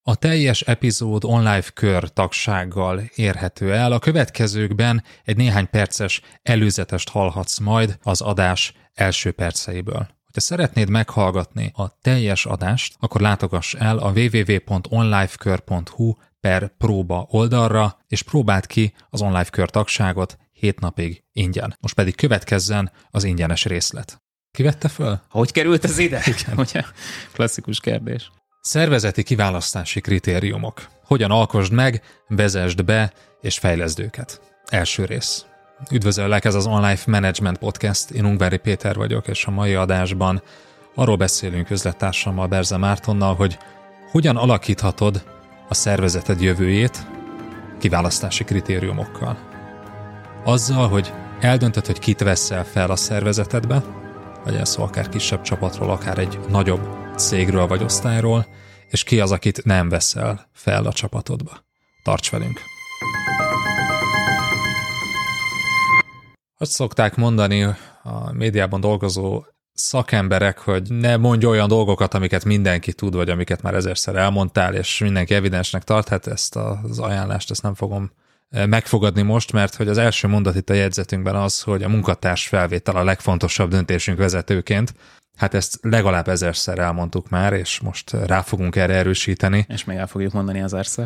A teljes epizód online kör tagsággal érhető el. A következőkben egy néhány perces előzetest hallhatsz majd az adás első perceiből. Ha szeretnéd meghallgatni a teljes adást, akkor látogass el a www.onlifekör.hu/próba oldalra, és próbáld ki az online kör tagságot 7 napig ingyen. Most pedig következzen az ingyenes részlet. Kivette föl? Hogy került ez ide? Igen. Ugye? Klasszikus kérdés. Szervezeti kiválasztási kritériumok. Hogyan alkosd meg, vezesd be és fejleszd őket. Első rész. Üdvözöllek, ez az Online Management Podcast, én Ungvári Péter vagyok, és a mai adásban arról beszélünk üzlettársammal, Berze Mártonnal, hogy hogyan alakíthatod a szervezeted jövőjét kiválasztási kritériumokkal. Azzal, hogy eldöntöd, hogy kit veszel fel a szervezetedbe, legyen szó akár kisebb csapatról, akár egy nagyobb cégről vagy osztályról, és ki az, akit nem veszel fel a csapatodba. Tarts velünk! Azt szokták mondani a médiában dolgozó szakemberek, hogy ne mondj olyan dolgokat, amiket mindenki tud, vagy amiket már ezerszer elmondtál, és mindenki evidensnek tart. Hát ezt az ajánlást ezt nem fogom megfogadni most, mert hogy az első mondat itt a jegyzetünkben az, hogy a munkatárs felvétel a legfontosabb döntésünk vezetőként. Hát ezt legalább ezerszer elmondtuk már, és most rá fogunk erre erősíteni. És még el fogjuk mondani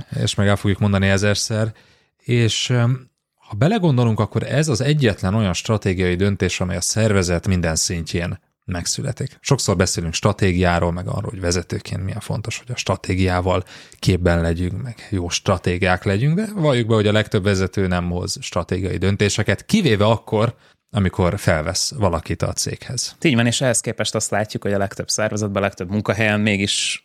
ezerszer. És ha belegondolunk, akkor ez az egyetlen olyan stratégiai döntés, amely a szervezet minden szintjén megszületik. Sokszor beszélünk stratégiáról, meg arról, hogy vezetőként milyen fontos, hogy a stratégiával képben legyünk, meg jó stratégák legyünk, de valljuk be, hogy a legtöbb vezető nem hoz stratégiai döntéseket, kivéve akkor, amikor felvesz valakit a céghez. Így van, és ehhez képest azt látjuk, hogy a legtöbb szervezetben, a legtöbb munkahelyen mégis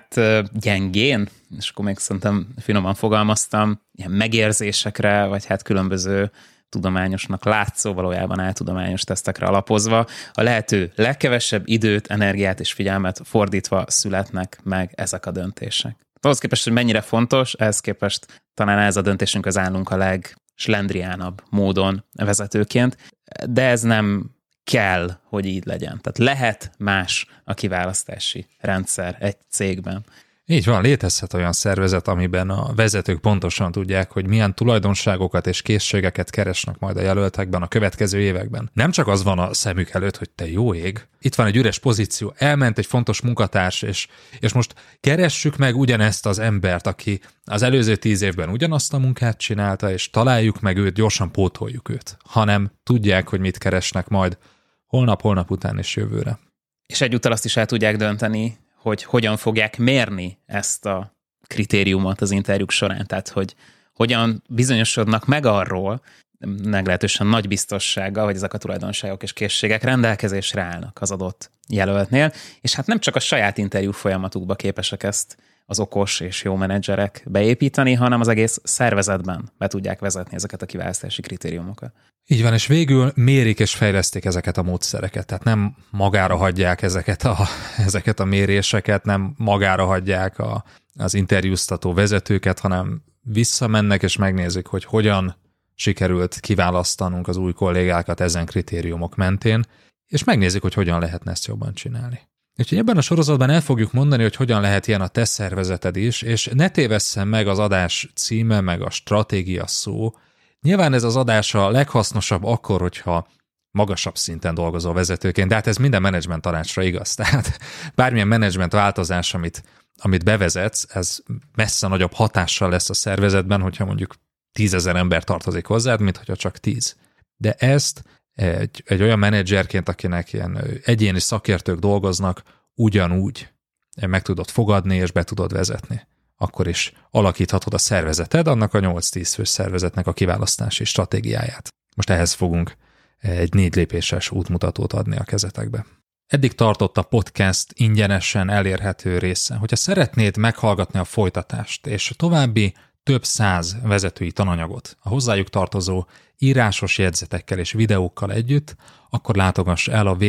gyengén, és akkor még szerintem finoman fogalmaztam, ilyen megérzésekre, vagy különböző tudományosnak látszó, valójában áltudományos tesztekre alapozva, a lehető legkevesebb időt, energiát és figyelmet fordítva születnek meg ezek a döntések. Ahhoz képest, hogy mennyire fontos, ehhez képest talán ez a döntésünk az állunk a legslendriánabb módon vezetőként, de ez nem kell, hogy így legyen. Tehát lehet más a kiválasztási rendszer egy cégben. Így van, létezhet olyan szervezet, amiben a vezetők pontosan tudják, hogy milyen tulajdonságokat és készségeket keresnek majd a jelöltekben a következő években. Nem csak az van a szemük előtt, hogy te jó ég, itt van egy üres pozíció, elment egy fontos munkatárs, és most keressük meg ugyanezt az embert, aki az előző 10 évben ugyanazt a munkát csinálta, és találjuk meg őt, gyorsan pótoljuk őt, hanem tudják, hogy mit keresnek majd holnap után és jövőre. És egyúttal azt is el tudják dönteni, hogy hogyan fogják mérni ezt a kritériumot az interjúk során. Tehát, hogy hogyan bizonyosodnak meg arról, meglehetősen nagy biztossággal, hogy ezek a tulajdonságok és készségek rendelkezésre állnak az adott jelöltnél, és hát nem csak a saját interjú folyamatukba képesek ezt az okos és jó menedzserek beépíteni, hanem az egész szervezetben be tudják vezetni ezeket a kiválasztási kritériumokat. Így van, és végül mérik és fejlesztik ezeket a módszereket, tehát nem magára hagyják ezeket a méréseket, nem magára hagyják az interjúztató vezetőket, hanem visszamennek és megnézik, hogy hogyan sikerült kiválasztanunk az új kollégákat ezen kritériumok mentén, és megnézik, hogy hogyan lehetne ezt jobban csinálni. Úgyhogy ebben a sorozatban el fogjuk mondani, hogy hogyan lehet ilyen a te szervezeted is, és ne tévesszen meg az adás címe, meg a stratégia szó. Nyilván ez az adás a leghasznosabb akkor, hogyha magasabb szinten dolgozol vezetőként, de hát ez minden menedzsment tanácsra igaz. Tehát bármilyen menedzsment változás, amit bevezetsz, ez messze nagyobb hatással lesz a szervezetben, hogyha mondjuk 10 000 ember tartozik hozzád, mint hogyha csak 10. De ezt egy olyan menedzserként, akinek ilyen egyéni szakértők dolgoznak, ugyanúgy meg tudod fogadni és be tudod vezetni. Akkor is alakíthatod a szervezeted, annak a 8-10 fős szervezetnek a kiválasztási stratégiáját. Most ehhez fogunk egy 4 lépéses útmutatót adni a kezetekbe. Eddig tartott a podcast ingyenesen elérhető része. Hogyha szeretnéd meghallgatni a folytatást és további több 100 vezetői tananyagot a hozzájuk tartozó írásos jegyzetekkel és videókkal együtt, akkor látogass el a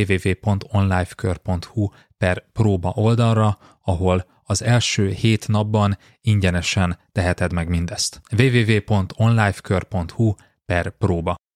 www.onlifekör.hu/próba oldalra, ahol az első 7 napban ingyenesen teheted meg mindezt. www.onlifekör.hu/próba.